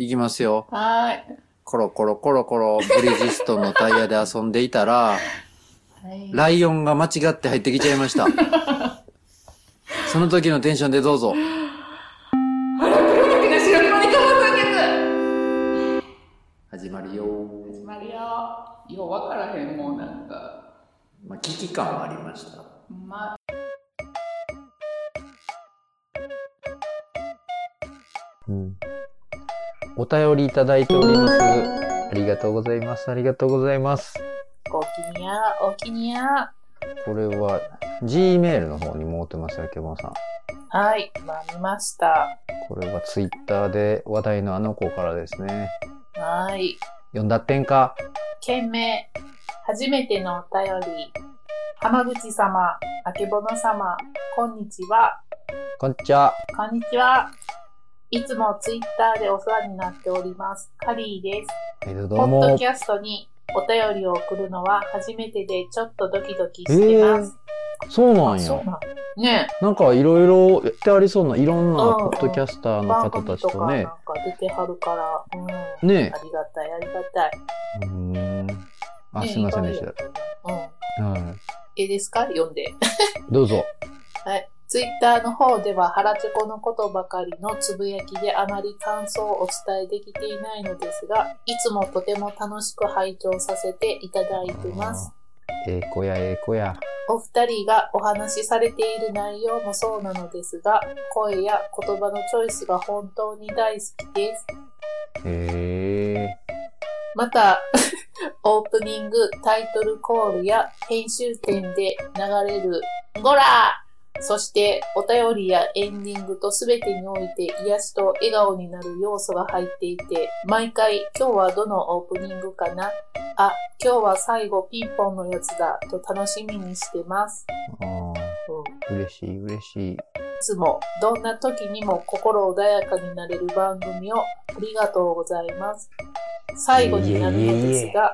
いきますよ。 はい。 コロコロコロコロブリヂストンのタイヤで遊んでいたら、 はい、 ライオンが間違って入ってきちゃいました。その時のテンションでどうぞ。始まるよ。 始まるよ。よう分からへん、もうなんか。 まあ、危機感はありました。お便りいただいております。ありがとうございます。ありがとうございます。 おきにゃ、おきにゃ。 これは G メールの方に持ってますよ、ケモンさん。 はい、見ました。 これはツイッターで話題のあの子からですね。 はい。 読んだってんか。 件名、初めてのお便り。浜口様、あけぼの様、こんにちは。 こんにちは。 こんにちは。いつもツイッターでお世話になっております。カリーです。 どうも。 ポッドキャストにお便りを送るのは初めてでちょっとドキドキしてます。 そうなんや。 そうなんね。 なんかいろいろやってありそうないろんなポッドキャスターの方たちとね。 なんか出てはるから、 ね。 ありがたいありがたい。 あ、すいませんでした。 いいですか？読んで。 どうぞ。 はい。ツイッターの方では腹チョコのことばかりのつぶやきであまり感想をお伝えできていないのですが、いつもとても楽しく拝聴させていただいてます。 ええ子やええ子や。 お二人がお話しされている内容もそうなのですが、声や言葉のチョイスが本当に大好きです。また、オープニング、タイトルコールや編集点で流れるゴラー、そしてお便りやエンディングとすべてにおいて癒しと笑顔になる要素が入っていて、毎回今日はどのオープニングかな、あ、今日は最後ピンポンのやつだと楽しみにしてます。 嬉しい嬉しい。いつもどんな時にも心穏やかになれる番組をありがとうございます。最後になるのですが、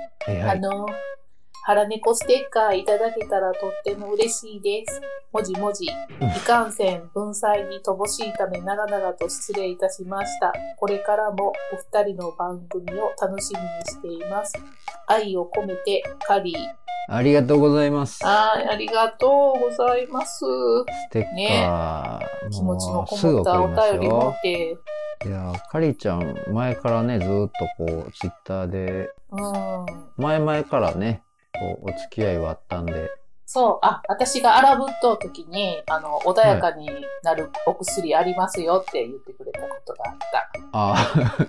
腹猫ステッカーいただけたらとっても嬉しいです。もじもじ。いかんせん文才に乏しいため長々と失礼いたしました。これからもお二人の番組を楽しみにしています。愛を込めてカリー。 ありがとうございます。 ありがとうございます。 ステッカー、 ね、気持ちのこもったお便り持って。 いやカリちゃん前からねずっとこうツイッターで、前々からねこうお付き合いはあったんで。 そう、私が荒ぶっとう時に穏やかになるお薬ありますよって言ってくれたことがあった。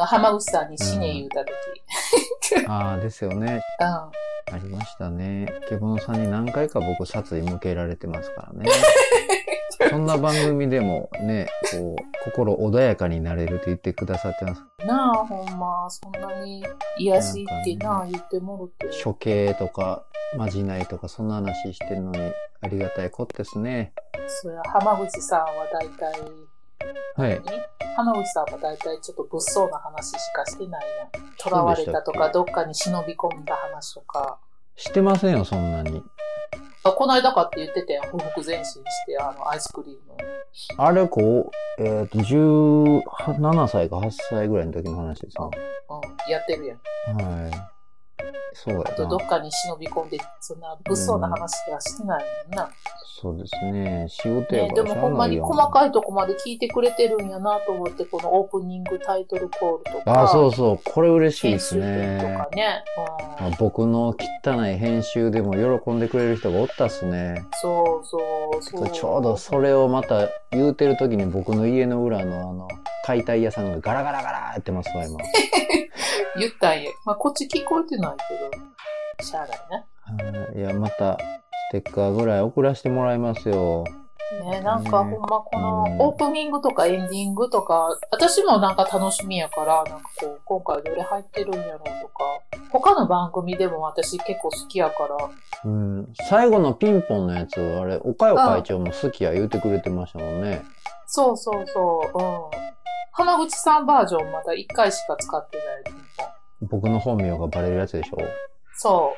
浜口さんに死ね言うた時。 ですよね。ありましたね。ケボノさんに何回か僕殺意向けられてますからね。そんな番組でもね、こう、心穏やかになれると言ってくださってます。 なあ、ほんま、そんなに癒しって言ってもろて。 処刑とか、まじないとか、そんな話してるのに、ありがたいことですね。 それは浜口さんは大体、 はい。 浜口さんは大体ちょっと物騒な話しかしてないやん。囚われたとか、どっかに忍び込んだ話とか。 してませんよ、そんなに。 この間かって言ってたやん。ほふ前進して、アイスクリーム。 あれ、17歳か8歳ぐらいの時の話ですね。 やってるやん。 はい。そうやな。 あとどっかに忍び込んで、そんな物騒な話はしてないもんな。 そうですね。仕事やからでもほんまに細かいとこまで聞いてくれてるんやなと思って、このオープニングタイトルコールとか。 そうそう。これ嬉しいですね。 編集点とかね。 僕の汚い編集でも喜んでくれる人がおったっすね。 そう。 ちょうどそれをまた言うてる時に僕の家の裏の解体屋さんがガラガラガラやってますわ、今。 言ったんや。こっち聞こえてないけど、しゃあないね。 いや、また、ステッカーぐらい送らせてもらいますよ。 ね、なんかほんまこのオープニングとかエンディングとか、私もなんか楽しみやから、なんかこう、今回どれ入ってるんやろうとか、他の番組でも私結構好きやから。 最後のピンポンのやつ、あれ、岡代会長も好きや言うてくれてましたもんね。 そう。浜口さんバージョンまだ1回しか使ってないピンポン。 僕の本名がバレるやつでしょ？ そう。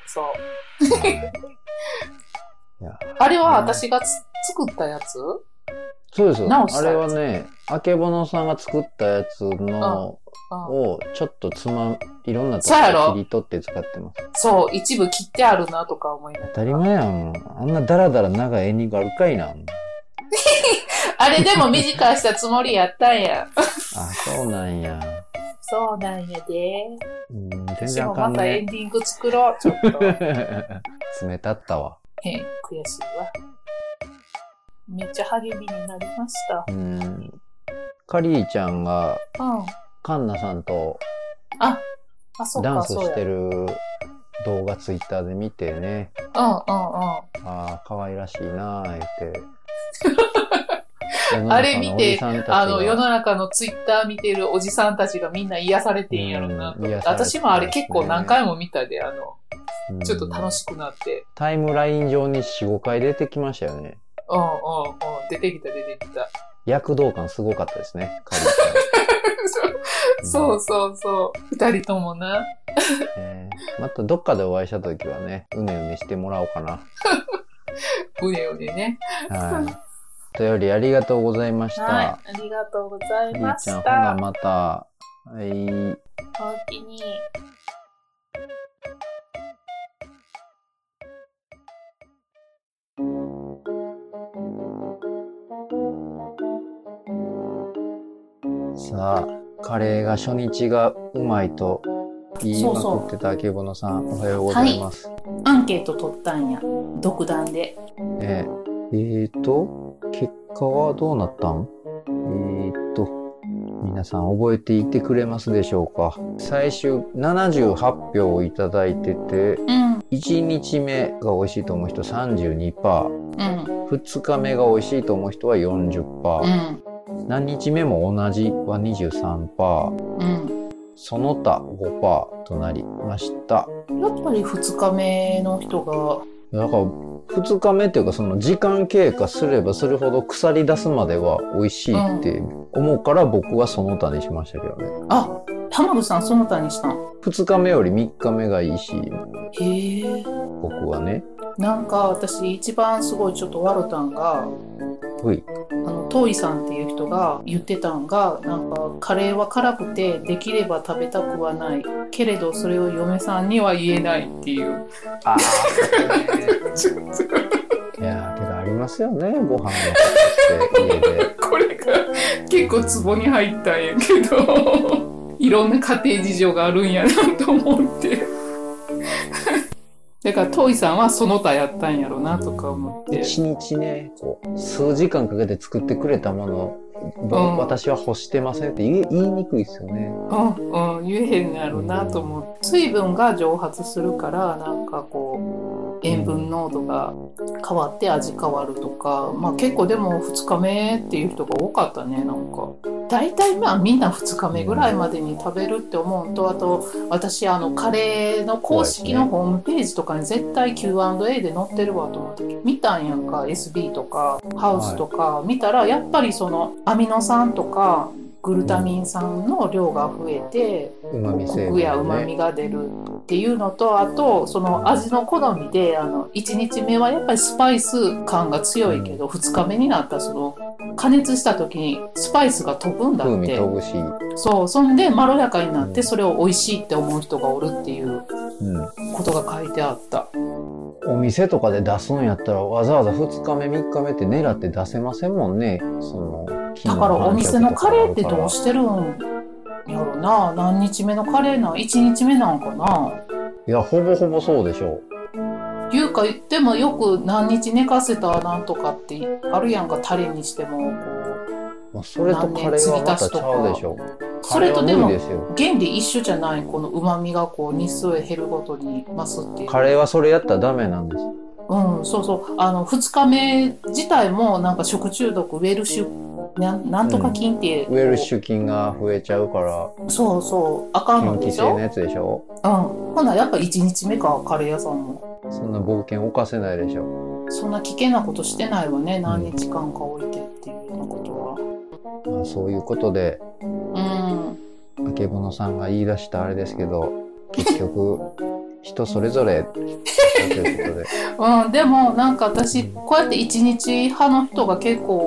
あれは私が作ったやつ？ そうです。 直したあれはね、あけぼのさんが作ったやつの、をちょっといろんなところ切り取って使ってます。 そう、一部切ってあるなとか思いながら。 当たり前やん。あんなダラダラ長いエンディングあるかいな。 あれでも短いしたつもりやったんや。 あ、そうなんや。 そうなんやで。 全然あかんね。 私もまたエンディング作ろう、ちょっと。 冷たったわ。 悔しいわ。めっちゃ励みになりました。 カリーちゃんが、 うん。 カンナさんとそうかダンスしてる動画ツイッターで見てね。可愛らしいなぁ、言って。 あれ見て、世の中のツイッター見てるおじさんたちがみんな癒されてんやろな。私もあれ結構何回も見たで、ちょっと楽しくなって。 タイムライン上に4、5回出てきましたよね。 出てきた。 躍動感すごかったですね、カリーちゃん。そう。二人ともな。 またどっかでお会いした時はね、うねうねしてもらおうかな。 うねうねね。 はい。お便りありがとうございました。 はい、ありがとうございました。 カリーちゃん、ほなまた。はい。 おおきに。 さあ、カレーが初日がうまいと言いまくってたあけぼのさん、おはようございます。 はい、アンケート取ったんや。独断で。 結果はどうなったん？皆さん覚えていてくれますでしょうか？最終78票をいただいてて、1日目が美味しいと思う人 32%、2日目が美味しいと思う人は 40%、何日目も同じは 23%、その他 5% となりました。 やっぱり2日目の人が、 だから2日目っていうか、その時間経過すればするほど腐り出すまでは美味しいって思うから僕はその他にしましたけどね。 あ、浜口さんその他にしたん ？2日目より3日目がいいし。 へえ。 僕はね。 なんか私一番すごいちょっと笑ったんが、トイさんっていう人が言ってたんが、なんかカレーは辛くてできれば食べたくはないけれどそれを嫁さんには言えないっていう。 ああ。いやけどありますよね、ご飯のことして家で。 これが結構ツボに入ったんやけど、いろんな家庭事情があるんやなと思って。だからトイさんはその他やったんやろなとか思って。 一日ね、数時間かけて作ってくれたもの、私は欲してませんって言いにくいですよね。 言えへんのやろなと思って。水分が蒸発するから、なんか塩分濃度が変わって味変わるとか、結構でも2日目っていう人が多かったね、なんか。大体みんな2日目ぐらいまでに食べるって思うと、あと私カレーの公式のホームページとかに絶対 Q&A で載ってるわと思って見たんやんか。 SB とかハウスとか見たら、やっぱりそのアミノ酸とかグルタミン酸の量が増えて、コクや旨味が出るっていうのと、あとその味の好みで1日目はやっぱりスパイス感が強いけど、2日目になったその加熱した時にスパイスが飛ぶんだって。 風味飛ぶし。 そう、そんでまろやかになって、それを美味しいって思う人がおるっていうことが書いてあった。 お店とかで出すんやったらわざわざ2日目3日目って狙って出せませんもんね。 だからお店のカレーってどうしてるんやろな。何日目のカレーなん？ 1 日目なんかな。 いや、ほぼほぼそうでしょう。 いうか言ってもよく何日寝かせたなんとかってあるやんか。タレにしてもそれとカレーはまたちゃうでしょ。 それとでも原理一緒じゃない。この旨味が日数減るごとに増すっていう。 カレーはそれやったらダメなんです。 そうそう。2日目自体もなんか食中毒、ウェルシュなんとか菌っていう、 ウェルシュ菌が増えちゃうから。 そうそう、あかんのでしょ。 菌気性のやつでしょ。 ほなやっぱ1日目か、カレー屋さんも。 そんな冒険犯せないでしょ。 そんな危険なことしてないわね。何日間か置いてっていうようなことは。 そういうことで、あけぼのさんが言い出したあれですけど、結局人それぞれということで。 でもなんか私こうやって1日派の人が結構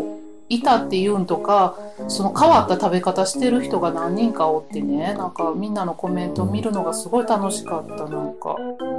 いたっていうんとか、その変わった食べ方してる人が何人かおってね、なんかみんなのコメントを見るのがすごい楽しかった。なんか、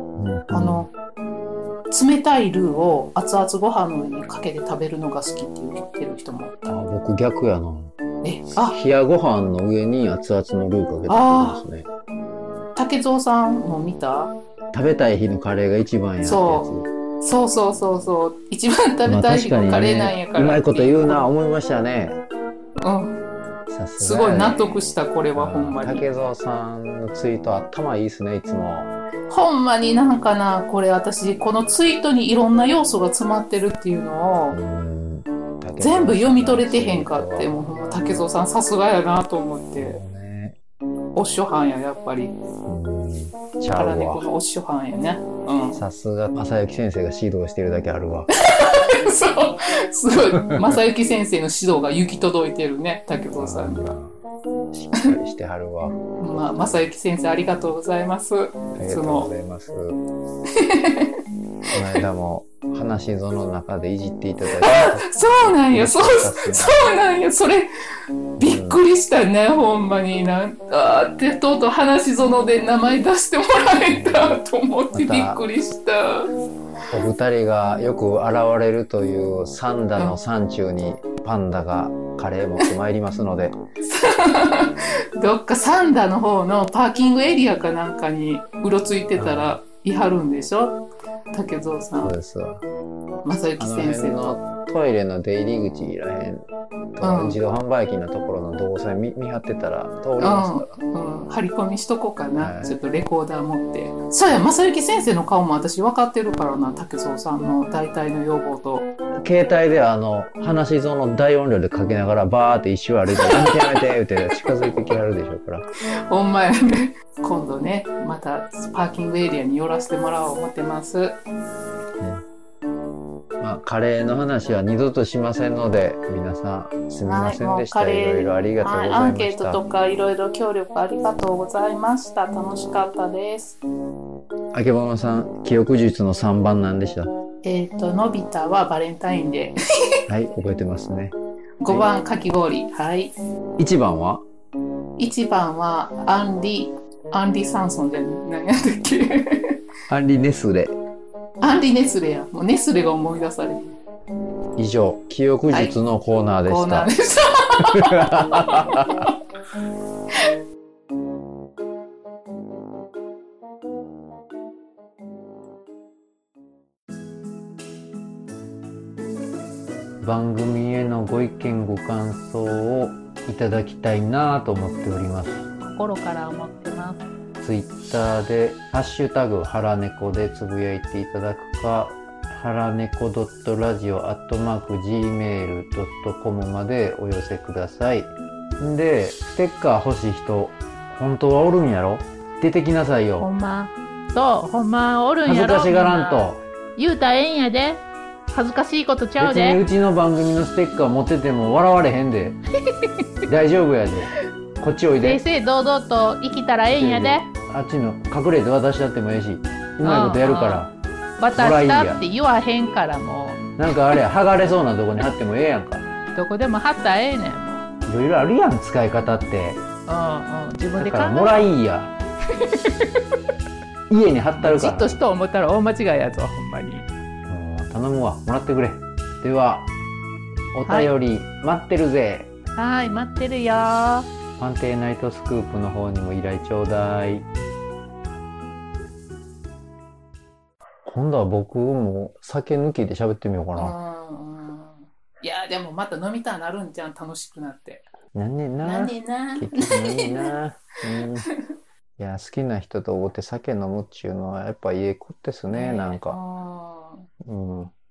冷たいルーを熱々ご飯の上にかけて食べるのが好きって言ってる人もおった。 僕逆やな。 冷やご飯の上に熱々のルーかけて食べますね。 竹蔵さんも見た？ 食べたい日のカレーが一番やってやつ。 そう。一番食べたい日のカレーなんやから、 うまいこと言うな、思いましたね。 さすが、すごい納得した、これはほんまに。 竹蔵さんのツイート頭いいっすね、いつも。 ほんまになんかな、これ私、このツイートにいろんな要素が詰まってるっていうのを、全部読み取れてへんかって、もうほんま竹蔵さんさすがやなと思って。おっしょはんや、やっぱり。腹猫のおっしょはんやね。 さすが、正幸先生が指導してるだけあるわ。 そう。すごい、正幸先生の指導が行き届いてるね、竹蔵さんには。 しっかりしてはるわ。 正幸先生ありがとうございます。 ありがとうございます。この間も話し園の中でいじっていただいて。 そうなんや、そうなんや、それ、びっくりしたね、ほんまに。ってとうとう話し園で名前出してもらえたと思ってびっくりした。 お二人がよく現れるという三田の山中にパンダがカレー持ってまいりますので。 どっか三田の方のパーキングエリアかなんかにうろついてたらいはるんでしょ、竹蔵さん。 そうですわ。 正幸先生のトイレの出入り口らへんと、自動販売機のところの動線見張ってたら通りますから。 張り込みしとこうかな、ちょっとレコーダー持って。そうや、正幸先生の顔も私分かってるからな、竹蔵さんの大体の要望と。 携帯で話し園の大音量でかけながらバーって一周歩いて、やめてやめて言って近づいてきはるでしょうから。 ほんまやね。今度ね、またパーキングエリアに寄らせてもらおう思ってます。 カレーの話は二度としませんので、皆さんすみませんでした。いろいろありがとうございました。 アンケートとかいろいろ協力ありがとうございました。楽しかったです。 あけぼのさん、記憶術の3番何でした？ のび太はバレンタインデー。はい、覚えてますね。 5番、かき氷。はい。 1番は ？1番はアンリ・サンソンじゃ何やったっけ？ アンリ・ネスレ。 アンリ・ネスレや。もうネスレが思い出される。 以上、記憶術のコーナーでした。コーナーでした。番組へのご意見ご感想をいただきたいなと思っております。 心から思ってます。 ツイッターでハッシュタグはらねこでつぶやいていただくか、はらねこ.radio@gmail.com までお寄せください。んで、ステッカー欲しい人、本当はおるんやろ？出てきなさいよ。 ほんま。そう、ほんまおるんやろ。 恥ずかしがらんと。 言うたらええんやで。恥ずかしいことちゃうで。 別にうちの番組のステッカー持ってても笑われへんで。大丈夫やで。こっちおいで。 正々堂々と生きたらええんやで。 あっちの隠れて渡しちゃってもええし、うまいことやるから。 渡したって言わへんからもう。なんかあれ剥がれそうなとこに貼ってもええやんか。 どこでも貼ったらええねん。いろいろあるやん、使い方って。 自分で考え。 だからもらいや。家に貼ったるから。 じっとしと思ったら大間違いやぞ、ほんまに。 頼むわ、もらってくれ。では、お便り、待ってるぜ。 はい、待ってるよ。 探偵ナイトスクープの方にも依頼ちょうだい。今度は僕も酒抜きで喋ってみようかな。 いや、でもまた飲みたくなるんじゃん、楽しくなって。 なんねんな。結局なんねんな。いや、好きな人と会って酒飲むっちゅうのはやっぱいい子ですね、なんか。